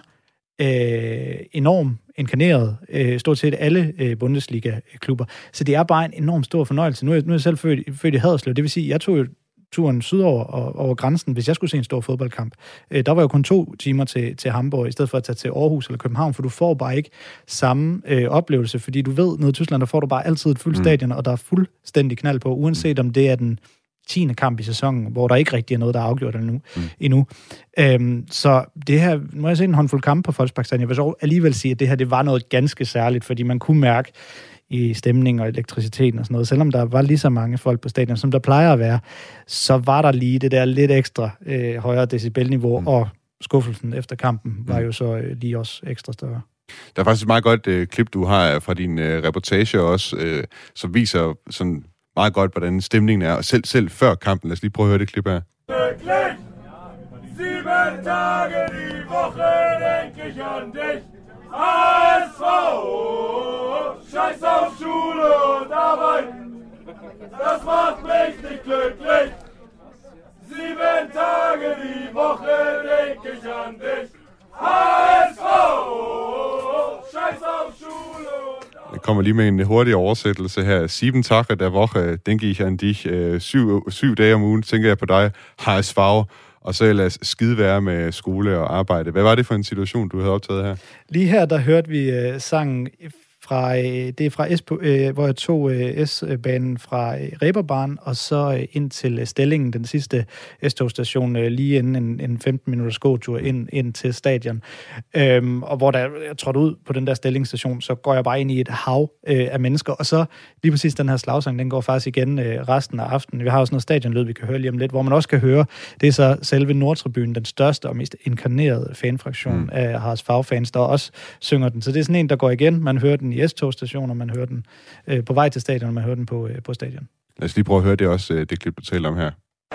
enormt inkarneret, stort set alle Bundesliga-klubber. Så det er bare en enormt stor fornøjelse. Nu er jeg selv født i Haderslev, det vil sige, jeg tog jo turen sydover over grænsen, hvis jeg skulle se en stor fodboldkamp. Der var jo kun 2 timer til Hamburg, i stedet for at tage til Aarhus eller København, for du får bare ikke samme oplevelse, fordi du ved, nede i Tyskland, der får du bare altid et fuldt stadion, og der er fuldstændig knald på, uanset om det er den 10. kamp i sæsonen, hvor der ikke rigtig er noget, der er afgjort endnu. Så det her, nu har jeg set en håndfuld kampe på Volksparkstadion, jeg vil så alligevel sige, at det her, det var noget ganske særligt, fordi man kunne mærke i stemning og elektriciteten og sådan noget, selvom der var lige så mange folk på stadion, som der plejer at være, så var der lige det der lidt ekstra højere decibelniveau, og skuffelsen efter kampen var jo så lige også ekstra større. Der er faktisk et meget godt klip, du har fra din reportage også, som viser sådan meget godt, hvordan stemningen er, og selv før kampen. Lad os lige prøve at høre det klip her. 7 Tage die Woche denk ich an dich. HSV, scheiß auf Schule und Arbeit, das macht mich nicht glücklich. 7 Tage die Woche denk ich an dich. HSV, scheiß auf Schule und Arbeit. Jeg kommer lige med en hurtig oversættelse her. 7 Tage der Woche denke ich an dich. 7 dage om ugen tænker jeg på dig, HSV. Og så ellers skide være med skole og arbejde. Hvad var det for en situation, du havde optaget her? Lige her, der hørte vi sangen hvor jeg tog S-banen fra Reeperbahn og så ind til Stellingen, den sidste S-togstation, lige inden en 15 minutters gåtur ind til stadion. Og hvor jeg trådte ud på den der Stellingsstation, så går jeg bare ind i et hav af mennesker, og så lige præcis den her slagsang, den går faktisk igen resten af aftenen. Vi har også noget stadionlyd, vi kan høre lige om lidt, hvor man også kan høre, det er så selve Nordtribunen, den største og mest inkarnerede fanfraktion af HSV-fans, der også synger den. Så det er sådan en, der går igen. Man hører den i S-togstationer, man hører den på vej til stadion, og man hører den på stadion. Lad os lige prøve at høre det også, det klip, du taler om her.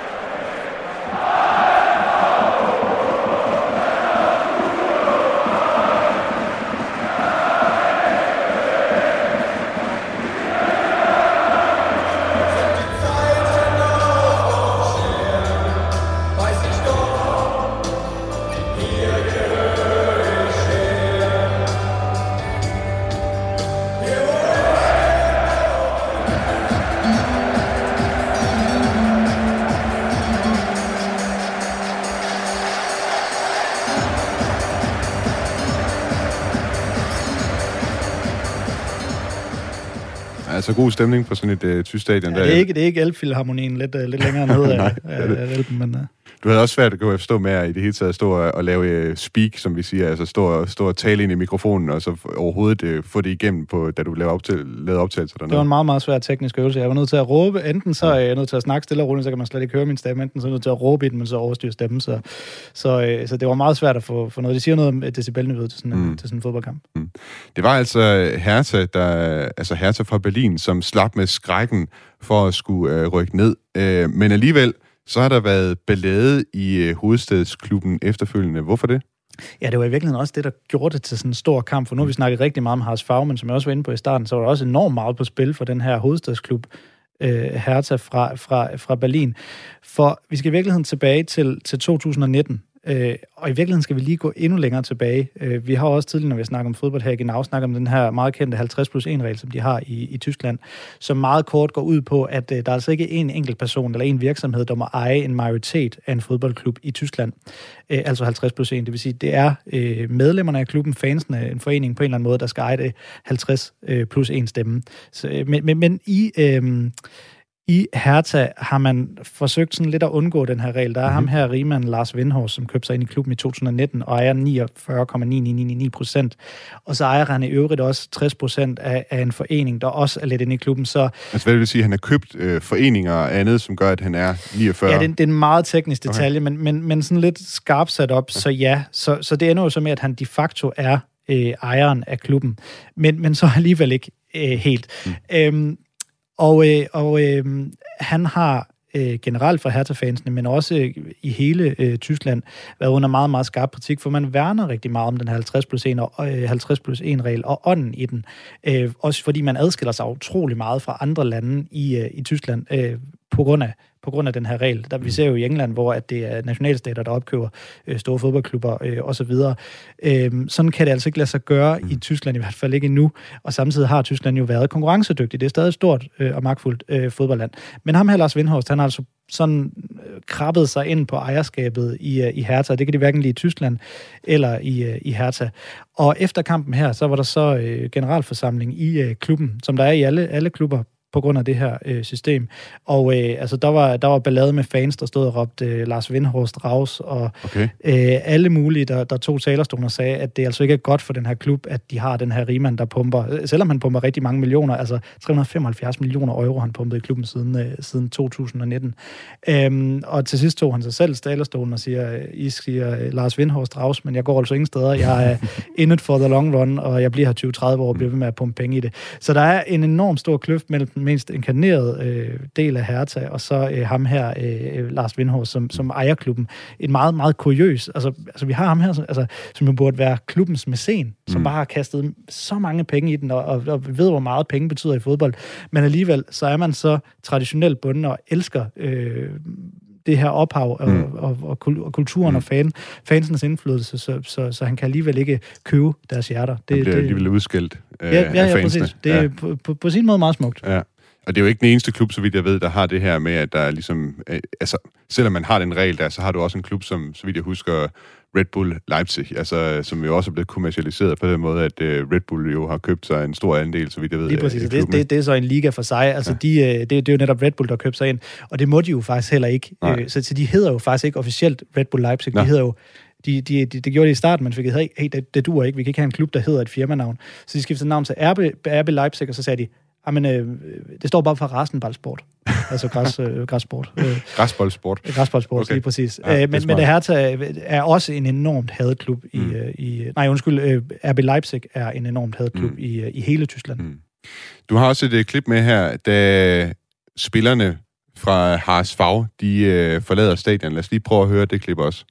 Altså god stemning på sådan et tysk stadion. Ja, det er ikke Elbphilharmonien lidt længere nede af Elben, men... Du havde også svært at gå og stå med at i det hele taget stå og lave speak, som vi siger, altså stå og tale ind i mikrofonen, og så overhovedet få det igennem, da du lavede optagelser dernede. Det var en meget, meget svær teknisk øvelse. Jeg var nødt til at råbe, enten så er jeg nødt til at snakke stille og roligt, så kan man slet ikke høre min stemme, enten så er jeg nødt til at råbe i den, men så overstyre stemmen. Så det var meget svært at få noget. Det siger noget om decibelniveauet til sådan en fodboldkamp. Det var altså Hertha fra Berlin, som slap med skrækken for at skulle rykke ned. Men alligevel så har der været ballade i hovedstadsklubben efterfølgende. Hvorfor det? Ja, det var i virkeligheden også det, der gjorde det til sådan en stor kamp, for nu har vi snakket rigtig meget om HSV, men som jeg også var inde på i starten, så var der også enormt meget på spil for den her hovedstadsklub, Hertha fra Berlin. For vi skal i virkeligheden tilbage til 2019, og i virkeligheden skal vi lige gå endnu længere tilbage. Vi har også tidligere, når vi snakker om fodbold her i Genau, snakket om den her meget kendte 50+1-regel, som de har i Tyskland, som meget kort går ud på, at der er altså ikke en enkelt person eller en virksomhed, der må eje en majoritet af en fodboldklub i Tyskland. Altså 50+1. Det vil sige, det er medlemmerne af klubben, fansene, en forening på en eller anden måde, der skal eje det 50+1 stemme. Så, men i Hertha har man forsøgt sådan lidt at undgå den her regel. Der er ham her, rigmand Lars Windhorst, som købte sig ind i klubben i 2019 og ejer 49,999%. Og så ejer han i øvrigt også 60% af en forening, der også er lidt inde i klubben. Så, altså hvad vil sige, at han har købt foreninger og andet, som gør, at han er 49? Ja, det er en meget teknisk detalje, okay. men sådan lidt skarpt sat op, så ja. Så det ender jo så med, at han de facto er ejeren af klubben. Men så alligevel ikke helt. Han har generelt fra Hertha-fansene, men også i hele Tyskland, været under meget, meget skarp kritik, for man værner rigtig meget om den her 50+1-regel og ånden i den. Også fordi man adskiller sig utrolig meget fra andre lande i Tyskland på grund af den her regel. Der vi ser jo i England, hvor at det er nationalstater, der opkøber store fodboldklubber osv. Sådan kan det altså ikke lade sig gøre i Tyskland, i hvert fald ikke endnu. Og samtidig har Tyskland jo været konkurrencedygtig. Det er stadig et stort og magtfuldt fodboldland. Men ham her, Lars Windhorst, han har altså sådan krabbet sig ind på ejerskabet i Hertha. Det kan de hverken lide i Tyskland eller i Hertha. Og efter kampen her, så var der så generalforsamling i klubben, som der er i alle klubber, på grund af det her system. Og altså, der var ballade med fans, der stod og råbte Lars Windhorst raus, og alle mulige, der tog talerstolen og sagde, at det altså ikke er godt for den her klub, at de har den her rigmand, der pumper, selvom han pumper rigtig mange millioner, altså 375 millioner euro, han pumpet i klubben siden 2019. Og til sidst tog han sig selv talerstolen og I siger Lars Windhorst raus, men jeg går altså ingen steder. Jeg er in it for the long run, og jeg bliver her 20-30 år og bliver ved med at pumpe penge i det. Så der er en enorm stor kløft mellem den mest inkarnerede del af Hertha, og så ham her, Lars Windhorst, som ejer klubben. En meget, meget kuriøs. Altså vi har ham her, som jo burde være klubbens mæcen, som bare har kastet så mange penge i den, og ved, hvor meget penge betyder i fodbold. Men alligevel, så er man så traditionelt bunden og elsker det her ophav og kulturen og fansens indflydelse, så han kan alligevel ikke købe deres hjerter. Det bliver alligevel udskældt af fansene. Præcis. Det er på sin måde meget smukt. Ja. Og det er jo ikke den eneste klub, så vidt jeg ved, der har det her med, at der er ligesom... altså, selvom man har den regel der, så har du også en klub, som, så vidt jeg husker, Red Bull Leipzig, altså, som jo også er blevet kommercialiseret på den måde, at Red Bull jo har købt sig en stor andel, så vidt jeg ved. Lige præcis, det er så en liga for sig. Altså, det er jo netop Red Bull, der har købt sig ind, og det må de jo faktisk heller ikke. Så de hedder jo faktisk ikke officielt Red Bull Leipzig, de hedder jo... Det gjorde det i starten, man fik hey, det duer ikke, vi kan ikke have en klub, der hedder et firmanavn. Så de skiftede navn til RB Leipzig, og så sagde de, det står bare for Rasenballsport. Altså græssport. Græsboldsport. Græsboldsport, okay. Lige præcis. Ja, men det Hertha er også en enormt hadeklub RB Leipzig er en enormt hadeklub i hele Tyskland. Du har også et klip med her, da spillerne fra HSV, de forlader stadion. Lad os lige prøve at høre det klip også.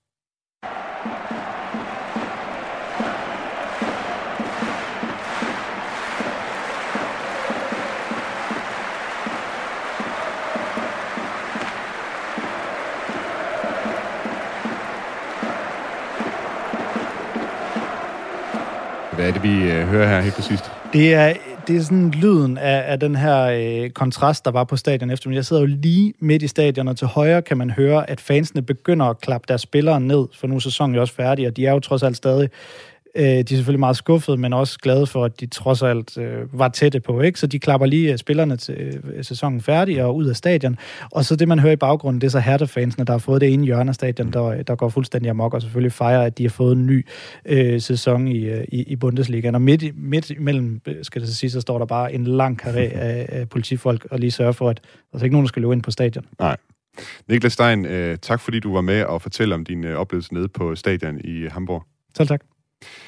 Hvad er det, vi hører her helt præcist? Det er sådan lyden af den her kontrast, der var på stadion efter. Jeg sidder jo lige midt i stadion, og til højre kan man høre, at fansene begynder at klappe deres spillere ned, for nu er sæsonen jo også færdig, og de er jo trods alt stadig... De er selvfølgelig meget skuffede, men også glade for, at de trods alt var tætte på, ikke? Så de klapper lige spillerne til sæsonen færdig og ud af stadion. Og så det, man hører i baggrunden, det er så Hertha-fansene, der har fået det ene hjørne af stadion, der går fuldstændig amok, og selvfølgelig fejrer, at de har fået en ny sæson i Bundesligaen. Og midt imellem, skal det så sige, så står der bare en lang karré af politifolk, og lige sørge for, at der er ikke nogen, der skal løbe ind på stadion. Nej. Niklas Stein, tak fordi du var med og fortælle om din oplevelse nede på stadion i Hamburg. Selv tak.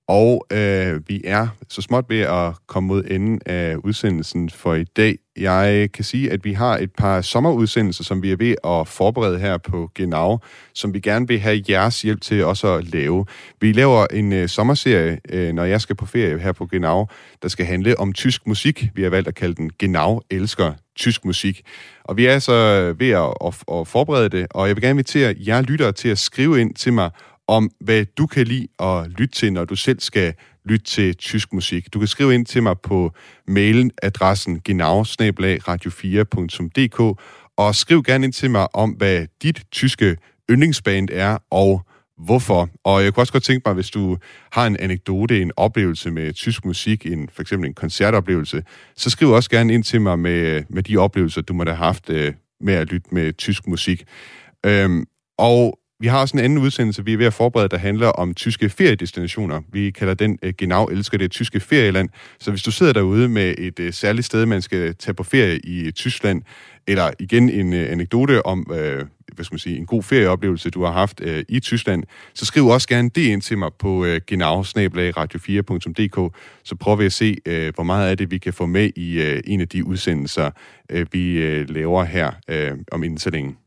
Og vi er så småt ved at komme mod enden af udsendelsen for i dag. Jeg kan sige, at vi har et par sommerudsendelser, som vi er ved at forberede her på Genau, som vi gerne vil have jeres hjælp til også at lave. Vi laver en sommerserie, når jeg skal på ferie her på Genau, der skal handle om tysk musik. Vi har valgt at kalde den Genau elsker tysk musik. Og vi er så ved at forberede det, og jeg vil gerne invitere jer lyttere til at skrive ind til mig, om hvad du kan lide at lytte til, når du selv skal lytte til tysk musik. Du kan skrive ind til mig på mailadressen genau@radio4.dk og skriv gerne ind til mig om, hvad dit tyske yndlingsband er og hvorfor. Og jeg kunne også godt tænke mig, hvis du har en anekdote, en oplevelse med tysk musik, for eksempel en koncertoplevelse, så skriv også gerne ind til mig med de oplevelser, du måtte have haft med at lytte med tysk musik. Og vi har også en anden udsendelse, vi er ved at forberede, der handler om tyske feriedestinationer. Vi kalder den Genau elsker det tyske ferieland. Så hvis du sidder derude med et særligt sted, man skal tage på ferie i Tyskland, eller igen en anekdote om, en god ferieoplevelse, du har haft i Tyskland, så skriv også gerne det ind til mig på genau@radio4.dk, så prøver vi at se, hvor meget af det vi kan få med i en af de udsendelser, vi laver her om inden så længe.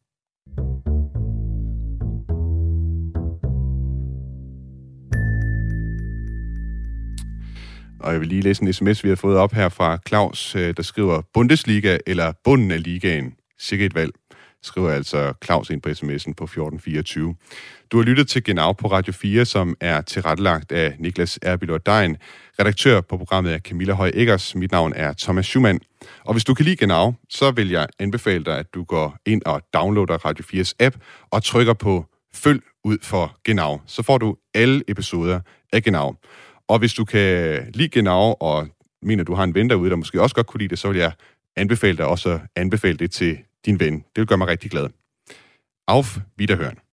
Og jeg vil lige læse en sms, vi har fået op her fra Claus, der skriver Bundesliga eller bunden af ligaen. Sikkert et valg. Skriver altså Claus ind på sms'en på 1424. Du har lyttet til Genau på Radio 4, som er tilrettelagt af Niklas Erbilor Dein. Redaktør på programmet er Camilla Høj Eggers. Mit navn er Thomas Schumann. Og hvis du kan lide Genau, så vil jeg anbefale dig, at du går ind og downloader Radio 4's app og trykker på Følg ud for Genau. Så får du alle episoder af Genau. Og hvis du kan lide Genau, og mener, du har en ven derude, der måske også godt kunne lide det, så vil jeg anbefale dig også at anbefale det til din ven. Det vil gøre mig rigtig glad. Auf Wiederhören.